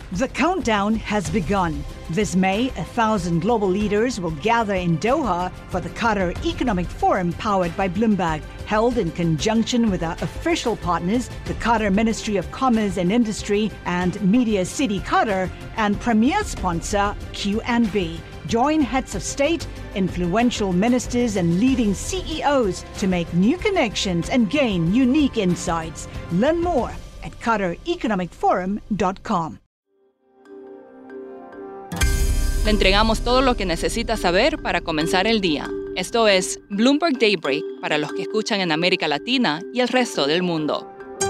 The countdown has begun. This May, 1,000 global leaders will gather in Doha for the Qatar Economic Forum powered by Bloomberg, held in conjunction with our official partners, the Qatar Ministry of Commerce and Industry and Media City Qatar, and premier sponsor QNB. Join heads of state, influential ministers, and leading CEOs to make new connections and gain unique insights. Learn more at QatarEconomicForum.com. Le entregamos todo lo que necesita saber para comenzar el día. Esto es Bloomberg Daybreak para los que escuchan en América Latina y el resto del mundo.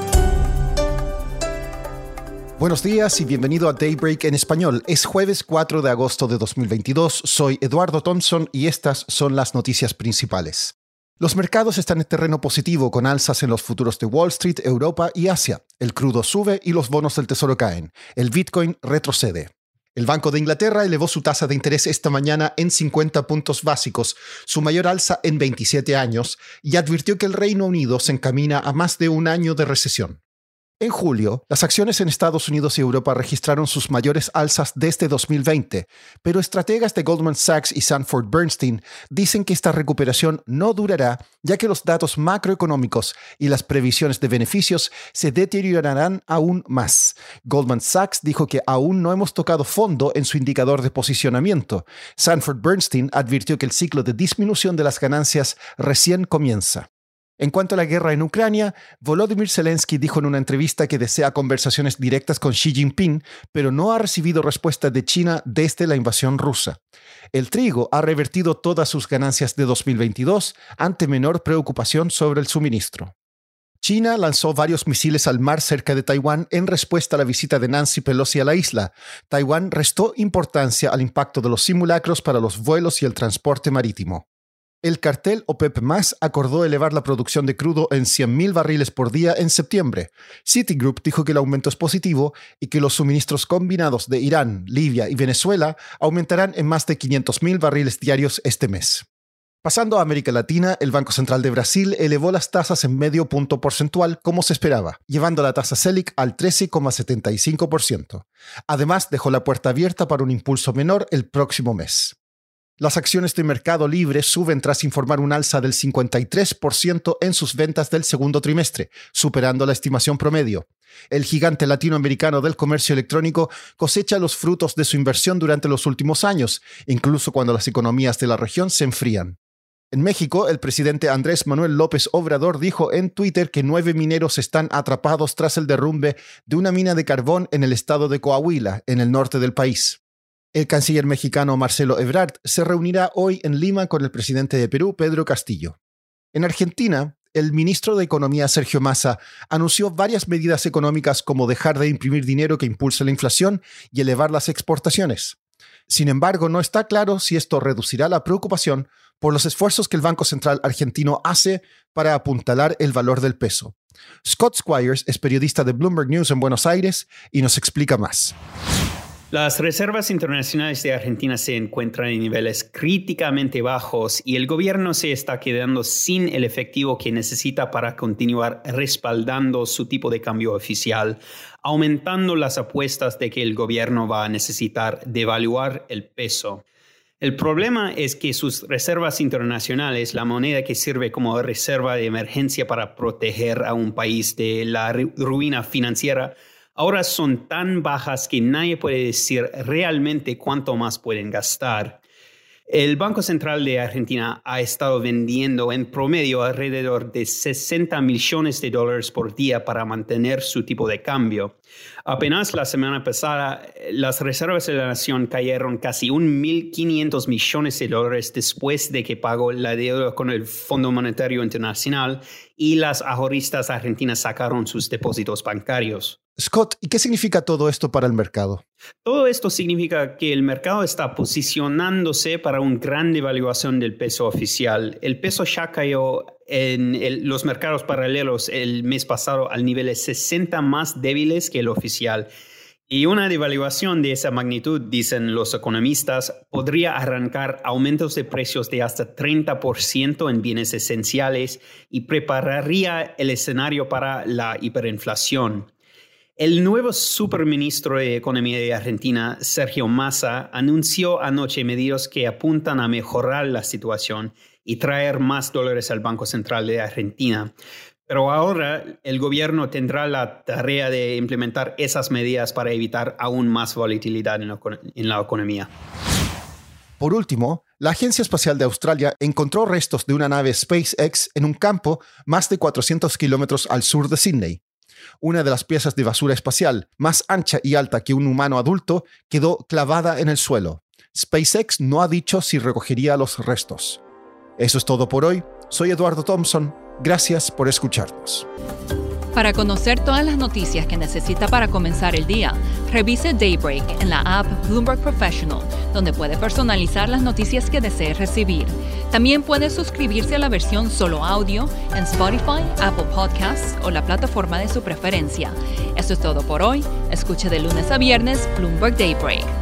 Buenos días y bienvenido a Daybreak en español. Es jueves 4 de agosto de 2022. Soy Eduardo Thompson y estas son las noticias principales. Los mercados están en terreno positivo con alzas en los futuros de Wall Street, Europa y Asia. El crudo sube y los bonos del tesoro caen. El Bitcoin retrocede. El Banco de Inglaterra elevó su tasa de interés esta mañana en 50 puntos básicos, su mayor alza en 27 años, y advirtió que el Reino Unido se encamina a más de un año de recesión. En julio, las acciones en Estados Unidos y Europa registraron sus mayores alzas desde 2020, pero estrategas de Goldman Sachs y Sanford Bernstein dicen que esta recuperación no durará, ya que los datos macroeconómicos y las previsiones de beneficios se deteriorarán aún más. Goldman Sachs dijo que aún no hemos tocado fondo en su indicador de posicionamiento. Sanford Bernstein advirtió que el ciclo de disminución de las ganancias recién comienza. En cuanto a la guerra en Ucrania, Volodymyr Zelensky dijo en una entrevista que desea conversaciones directas con Xi Jinping, pero no ha recibido respuesta de China desde la invasión rusa. El trigo ha revertido todas sus ganancias de 2022 ante menor preocupación sobre el suministro. China lanzó varios misiles al mar cerca de Taiwán en respuesta a la visita de Nancy Pelosi a la isla. Taiwán restó importancia al impacto de los simulacros para los vuelos y el transporte marítimo. El cartel OPEP+ acordó elevar la producción de crudo en 100.000 barriles por día en septiembre. Citigroup dijo que el aumento es positivo y que los suministros combinados de Irán, Libia y Venezuela aumentarán en más de 500.000 barriles diarios este mes. Pasando a América Latina, el Banco Central de Brasil elevó las tasas en medio punto porcentual como se esperaba, llevando la tasa Selic al 13,75%. Además, dejó la puerta abierta para un impulso menor el próximo mes. Las acciones de Mercado Libre suben tras informar un alza del 53% en sus ventas del segundo trimestre, superando la estimación promedio. El gigante latinoamericano del comercio electrónico cosecha los frutos de su inversión durante los últimos años, incluso cuando las economías de la región se enfrían. En México, el presidente Andrés Manuel López Obrador dijo en Twitter que 9 mineros están atrapados tras el derrumbe de una mina de carbón en el estado de Coahuila, en el norte del país. El canciller mexicano Marcelo Ebrard se reunirá hoy en Lima con el presidente de Perú, Pedro Castillo. En Argentina, el ministro de Economía, Sergio Massa, anunció varias medidas económicas como dejar de imprimir dinero que impulse la inflación y elevar las exportaciones. Sin embargo, no está claro si esto reducirá la preocupación por los esfuerzos que el Banco Central argentino hace para apuntalar el valor del peso. Scott Squires es periodista de Bloomberg News en Buenos Aires y nos explica más. Las reservas internacionales de Argentina se encuentran en niveles críticamente bajos y el gobierno se está quedando sin el efectivo que necesita para continuar respaldando su tipo de cambio oficial, aumentando las apuestas de que el gobierno va a necesitar devaluar el peso. El problema es que sus reservas internacionales, la moneda que sirve como reserva de emergencia para proteger a un país de la ruina financiera, ahora son tan bajas que nadie puede decir realmente cuánto más pueden gastar. El Banco Central de Argentina ha estado vendiendo en promedio alrededor de $60 millones por día para mantener su tipo de cambio. Apenas la semana pasada, las reservas de la nación cayeron casi $1.500 millones después de que pagó la deuda con el Fondo Monetario Internacional y las ahorristas argentinas sacaron sus depósitos bancarios. Scott, ¿y qué significa todo esto para el mercado? Todo esto significa que el mercado está posicionándose para una gran devaluación del peso oficial. El peso ya cayó en los mercados paralelos el mes pasado al nivel de 60 más débiles que el oficial. Y una devaluación de esa magnitud, dicen los economistas, podría arrancar aumentos de precios de hasta 30% en bienes esenciales y prepararía el escenario para la hiperinflación. El nuevo superministro de Economía de Argentina, Sergio Massa, anunció anoche medidas que apuntan a mejorar la situación y traer más dólares al Banco Central de Argentina. Pero ahora el gobierno tendrá la tarea de implementar esas medidas para evitar aún más volatilidad en la economía. Por último, la Agencia Espacial de Australia encontró restos de una nave SpaceX en un campo más de 400 kilómetros al sur de Sydney. Una de las piezas de basura espacial, más ancha y alta que un humano adulto, quedó clavada en el suelo. SpaceX no ha dicho si recogería los restos. Eso es todo por hoy. Soy Eduardo Thompson. Gracias por escucharnos. Para conocer todas las noticias que necesita para comenzar el día, revise Daybreak en la app Bloomberg Professional, donde puede personalizar las noticias que desee recibir. También puede suscribirse a la versión solo audio en Spotify, Apple Podcasts o la plataforma de su preferencia. Eso es todo por hoy. Escuche de lunes a viernes Bloomberg Daybreak.